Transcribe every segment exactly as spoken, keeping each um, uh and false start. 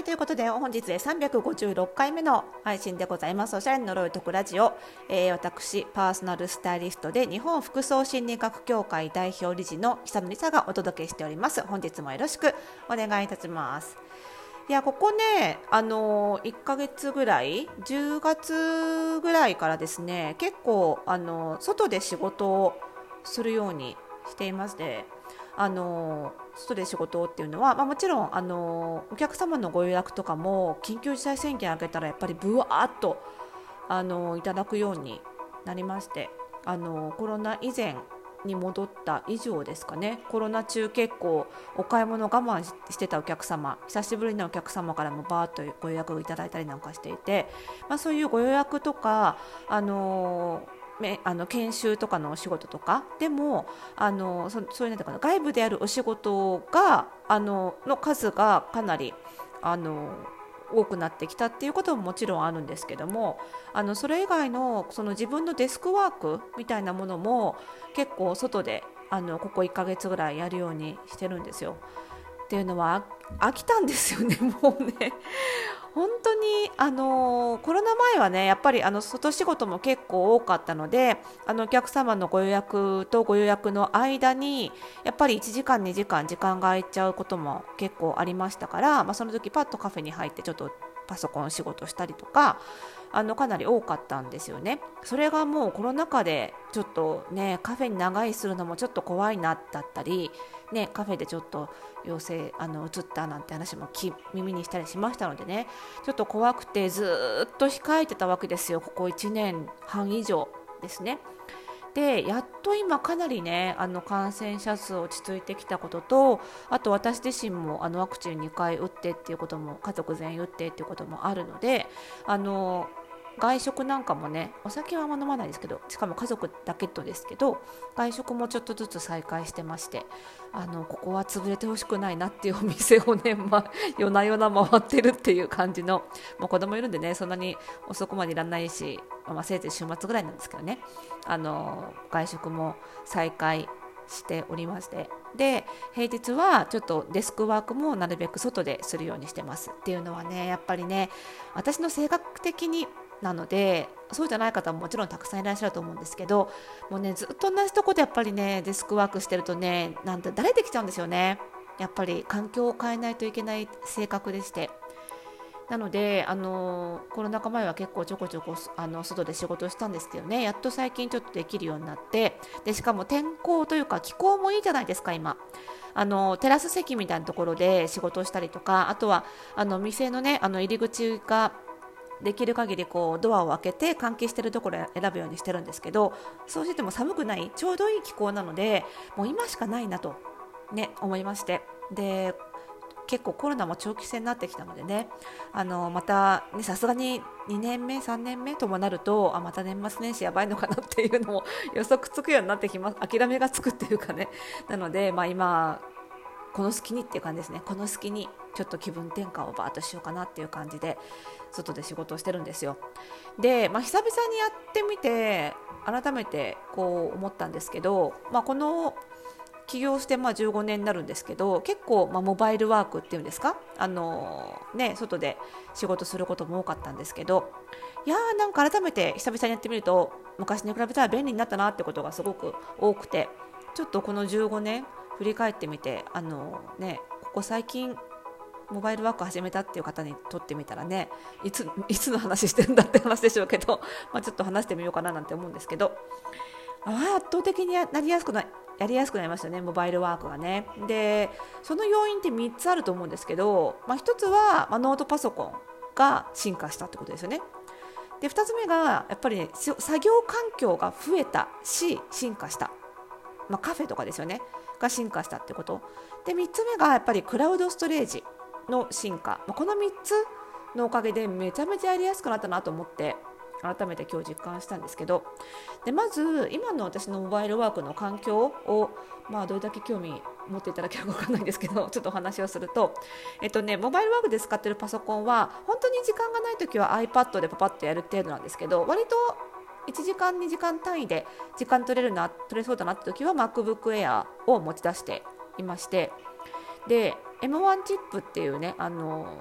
い、ということで本日でさんびゃくごじゅうろっかいめの配信でございます。おしゃれの呪いとくラジオ、えー、私パーソナルスタイリストで日本服装心理学協会代表理事の久野理沙がお届けしております。本日もよろしくお願いいたします。いやここね、あのー、いっかげつぐらいじゅうがつぐらいからですね、結構、あのー、外で仕事をするようにしていますで、あの外で仕事っていうのは、まあ、もちろんあのお客様のご予約とかも緊急事態宣言明けたらやっぱりブワーっとあのいただくようになりまして、あのコロナ以前に戻った以上ですかね。コロナ中結構お買い物我慢してたお客様、久しぶりのお客様からもバーッとご予約をいただいたりなんかしていて、まあ、そういうご予約とかあのあの研修とかのお仕事とかでもあの そ, そういうなんていうかな、外部であるお仕事があのの数がかなりあの多くなってきたっていうことももちろんあるんですけども、あのそれ以外のその自分のデスクワークみたいなものも結構外であのここいっかげつぐらいやるようにしてるんですよ。っていうのは飽きたんですよね、もうね。本当にあのコロナ前はね、やっぱりあの外仕事も結構多かったので、あのお客様のご予約とご予約の間にやっぱりいちじかんにじかん時間が空いちゃうことも結構ありましたから、まあ、その時パッとカフェに入ってちょっとパソコン仕事したりとか、あのかなり多かったんですよね。それがもうコロナ禍でちょっとね、カフェに長居するのもちょっと怖いなだったり、ね、カフェでちょっと陽性あの移ったなんて話も耳にしたりしましたのでね、ちょっと怖くてずっと控えてたわけですよ、ここいちねんはん以上ですね。でやっと今かなりね、あの感染者数落ち着いてきたことと、あと私自身もあのワクチンにかい打ってっていうことも、家族全員打ってっていうこともあるので、あの外食なんかもね、お酒はあんま飲まないですけど、しかも家族だけとですけど、外食もちょっとずつ再開してまして、あのここは潰れてほしくないなっていうお店をね、まあ、夜な夜な回ってるっていう感じの、まあ、子供いるんでね、そんなに遅くまでいらないし、まあ、せいぜい週末ぐらいなんですけどね、あの外食も再開しておりまして、で平日はちょっとデスクワークもなるべく外でするようにしてますっていうのはね、やっぱりね、私の性格的になので、そうじゃない方ももちろんたくさんいらっしゃると思うんですけど、もうねずっと同じとこでやっぱりねデスクワークしてるとね、なんて慣れてきちゃうんですよね。やっぱり環境を変えないといけない性格でして、なのであのコロナ禍前は結構ちょこちょこあの外で仕事をしたんですけどね、やっと最近ちょっとできるようになって、でしかも天候というか気候もいいじゃないですか今。あのテラス席みたいなところで仕事をしたりとか、あとはあの店のね、あの入り口ができる限りこうドアを開けて換気しているところを選ぶようにしてるんですけど、そうしてても寒くないちょうどいい気候なので、もう今しかないなと、ね、思いまして、で結構コロナも長期戦になってきたのでね、あのまたね、さすがににねんめさんねんめともなると、あまた年末年始やばいのかなっていうのも予測つくようになってきます。諦めがつくっていうかね。なので、まあ、今この隙にっていう感じですね。この隙にちょっと気分転換をバーッとしようかなっていう感じで外で仕事をしてるんですよ。で、まあ、久々にやってみて改めてこう思ったんですけど、まあ、この起業してまあじゅうごねんになるんですけど、結構まあモバイルワークっていうんですか、あのーね、外で仕事することも多かったんですけど、いやーなんか改めて久々にやってみると昔に比べたら便利になったなってことがすごく多くて、ちょっとこのじゅうごねん振り返ってみて、あのーね、ここ最近モバイルワーク始めたっていう方にとってみたらね、いつ、いつの話してるんだって話でしょうけど、まあ、ちょっと話してみようかななんて思うんですけど、あ圧倒的になりやすくないやりやすくなりましたね、モバイルワークがね。でその要因ってみっつあると思うんですけど、まあ、ひとつは、まあ、ノートパソコンが進化したってことですよね。でふたつめがやっぱり、ね、作業環境が増えたし進化した、まあ、カフェとかですよねが進化したってことで、みっつめがやっぱりクラウドストレージの進化、まあ、このみっつのおかげでめちゃめちゃやりやすくなったなと思って改めて今日実感したんですけど、でまず今の私のモバイルワークの環境を、まあ、どれだけ興味持っていただけるか分からないんですけど、ちょっとお話をすると、えっとね、モバイルワークで使っているパソコンは本当に時間がないときは iPad でパパッとやる程度なんですけど、割といちじかんにじかん単位で時間取れるな取れそうだなって時は MacBook Air を持ち出していまして、で エムワン チップっていうね、あの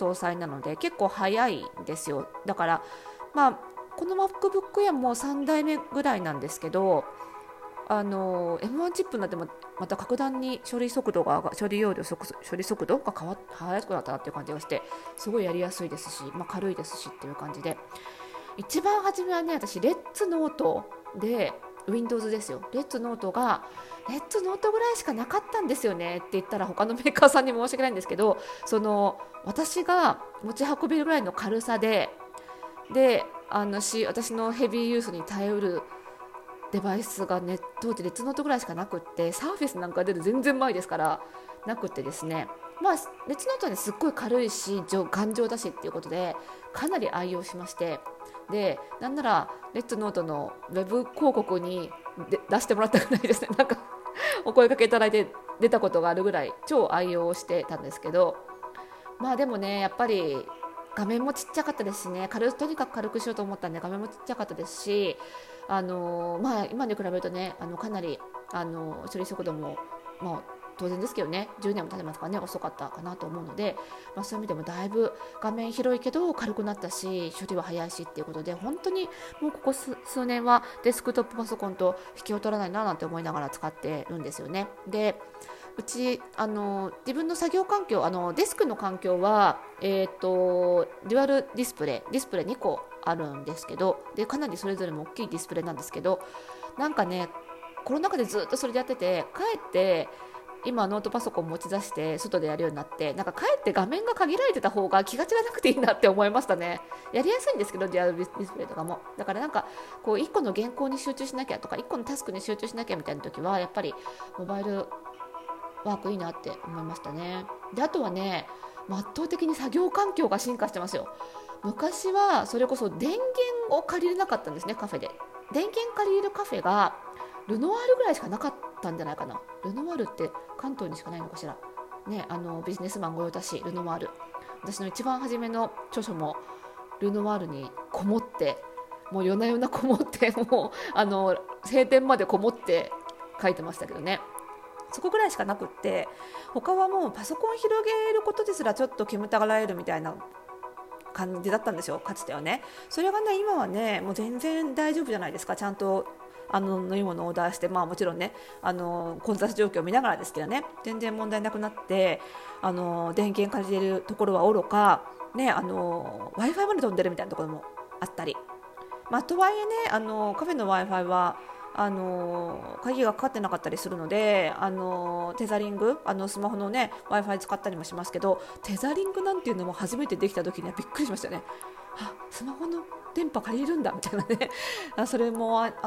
搭載なので結構早いんですよ。だからまあこの MacBook Air もさんだいめぐらいなんですけど、あの エムワン チップになってもまた格段に処理速度が処理容量処理速度が変わっ速くなったなっていう感じがして、すごいやりやすいですし、まあ、軽いですしっていう感じで、一番初めはね、私レッツノートで Windows ですよ。レッツノートがレッツノートぐらいしかなかったんですよねって言ったら他のメーカーさんに申し訳ないんですけど、その私が持ち運べるぐらいの軽さでであのし私のヘビーユースに耐えうるデバイスがね、当時レッツノートぐらいしかなくって、サーフェスなんか出る全然前ですからなくてですね、まあレッツノートはねすっごい軽いし頑丈だしっていうことでかなり愛用しまして、でなんならレッツノートのウェブ広告にで出してもらったぐらいですね、なんかお声かけいただいて出たことがあるぐらい超愛用してたんですけど、まあでもねやっぱり画面もちっちゃかったですしね、軽とにかく軽くしようと思ったんで画面もちっちゃかったですし、あのーまあ、今に比べるとねあのかなり、あのー処理速度も、まあ、当然ですけどねじゅうねんも経ってますからね遅かったかなと思うので、まあ、そういう意味でもだいぶ画面広いけど軽くなったし処理は早いしっていうことで、本当にもうここ 数, 数年はデスクトップパソコンと引きを取らないななんて思いながら使ってるんですよね。でうちあの自分の作業環境、あのデスクの環境は、えー、とデュアルディスプレイディスプレイにこあるんですけど、でかなりそれぞれも大きいディスプレイなんですけど、なんかねコロナ禍でずっとそれでやってて、かえって今ノートパソコン持ち出して外でやるようになって、なんかかえって画面が限られてた方が気が散らなくていいなって思いましたね。やりやすいんですけどデュアルディスプレイとかも、だからなんかこういっこの原稿に集中しなきゃとかいっこのタスクに集中しなきゃみたいな時はやっぱりモバイルワークいいなって思いましたね。であとはね圧倒的に作業環境が進化してますよ。昔はそれこそ電源を借りれなかったんですね。カフェで電源借りれるカフェがルノワールぐらいしかなかったんじゃないかな。ルノワールって関東にしかないのかしらね。あのビジネスマン御用達ルノワール、私の一番初めの著書もルノワールにこもって、もう夜な夜なこもってもうあの閉店までこもって書いてましたけどね。そこぐらいしかなくって、他はもうパソコン広げることですらちょっと煙たがられるみたいな感じだったんですよ、かつてはね。それがね今はねもう全然大丈夫じゃないですか。ちゃんとあの飲み物をオーダーして、まあ、もちろんねあの混雑状況を見ながらですけどね、全然問題なくなって、あの電源借りれるところはおろか、ね、あの Wi-Fi まで飛んでるみたいなところもあったり、まあ、とはいえねあのカフェの Wi-Fi はあの鍵がかかってなかったりするので、あのテザリング、あのスマホのね Wi-Fi 使ったりもしますけど、テザリングなんていうのも初めてできた時にはびっくりしましたね。あ、スマホの電波借りるんだみたいなねそれもあって、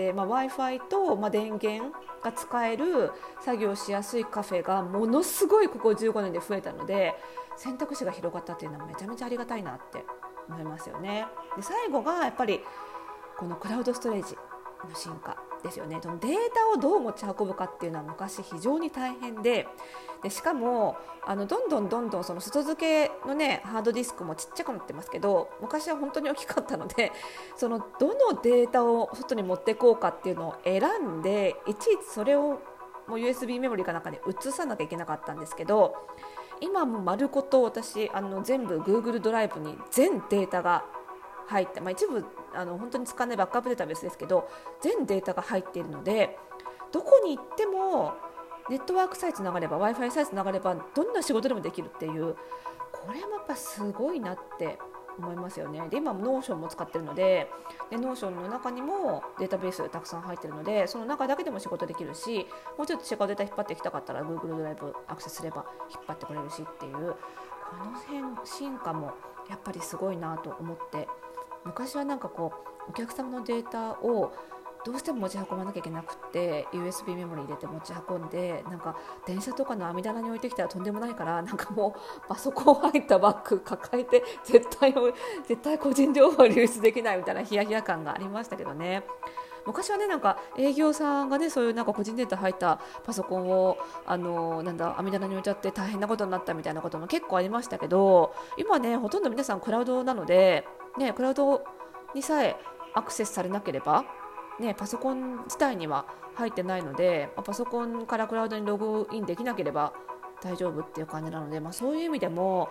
まあ、Wi-Fi と、まあ、電源が使える作業しやすいカフェがものすごいここじゅうごねんで増えたので、選択肢が広がったっていうのはめちゃめちゃありがたいなって思いますよね。で最後がやっぱりこのクラウドストレージの進化ですよね。そのデータをどう持ち運ぶかっていうのは昔非常に大変で、でしかもあのどんどんどんどんその外付けのねハードディスクもちっちゃくなってますけど、昔は本当に大きかったので、そのどのデータを外に持っていこうかっていうのを選んで、いちいちそれをもう ユーエスビー メモリかなんかに移さなきゃいけなかったんですけど、今も丸ごと私あの全部 Google ドライブに全データが入って、まあ、一部あの本当に使わないバックアップデータベースですけど全データが入っているので、どこに行ってもネットワークさえつながれば Wi-Fi さえつながればどんな仕事でもできるっていう、これもやっぱすごいなって思いますよね。で今もノーションも使ってるので、でノーションの中にもデータベースがたくさん入ってるので、その中だけでも仕事できるし、もうちょっと違うデータ引っ張ってきたかったら Google ドライブアクセスすれば引っ張ってこれるしっていう、この辺進化もやっぱりすごいなと思って、昔はなんかこうお客様のデータをどうしても持ち運ばなきゃいけなくて ユーエスビー メモリ入れて持ち運んで、なんか電車とかの網棚に置いてきたらとんでもないから、なんかもうパソコン入ったバッグ抱えて絶対絶対個人情報流出できないみたいなヒヤヒヤ感がありましたけどね。昔はねなんか営業さんがねそういうなんか個人データ入ったパソコンをあのなんだ網棚に置いちゃって大変なことになったみたいなことも結構ありましたけど、今ねほとんど皆さんクラウドなので、ね、クラウドにさえアクセスされなければ、ね、パソコン自体には入ってないので、パソコンからクラウドにログインできなければ大丈夫っていう感じなので、まあ、そういう意味でも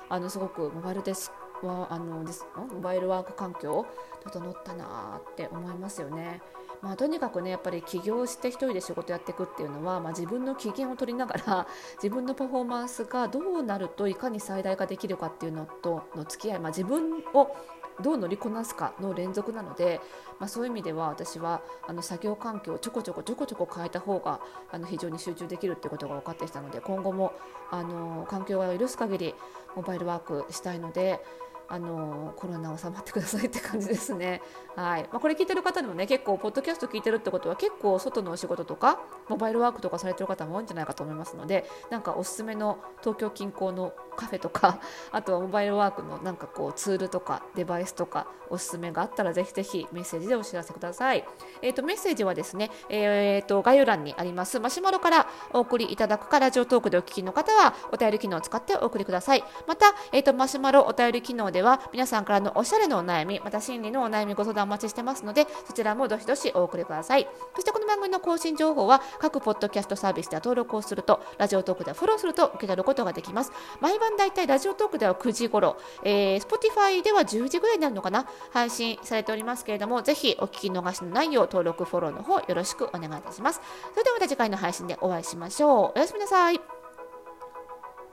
あのすごくモバイルデスはあのですモバイルワーク環境整ったなって思いますよね。まあ、とにかくねやっぱり起業して一人で仕事やっていくっていうのは、まあ、自分の機嫌を取りながら自分のパフォーマンスがどうなるといかに最大化できるかっていうのとの付き合い、まあ、自分をどう乗りこなすかの連続なので、まあ、そういう意味では私はあの作業環境をちょこちょこちょこちょこ変えた方があの非常に集中できるっていうことが分かってきたので、今後もあの環境が許す限りモバイルワークしたいので、あのコロナ収まってくださいって感じですね。はい。まあ、これ聞いてる方でもね、結構ポッドキャスト聞いてるってことは結構外のお仕事とかモバイルワークとかされてる方も多いんじゃないかと思いますので、なんかおすすめの東京近郊のカフェとか、あとはモバイルワークのなんかこうツールとかデバイスとかおすすめがあったらぜひぜひメッセージでお知らせください。えーと、メッセージはですね、えーと概要欄にありますマシュマロからお送りいただくか、ラジオトークでお聞きの方はお便り機能を使ってお送りください。また、えーとマシュマロお便り機能では皆さんからのおしゃれのお悩み、また心理のお悩みご相談お待ちしてますので、そちらもどしどしお送りください。そしてこの番組の更新情報は各ポッドキャストサービスでは登録をすると、ラジオトークではフォローすると受け取ることができます。毎晩だいたいラジオトークではくじ頃、えー、Spotify ではじゅうじぐらいになるのかな、配信されておりますけれども、ぜひお聞き逃しのないよう登録フォローの方よろしくお願いいたします。それではまた次回の配信でお会いしましょう。おやすみなさい。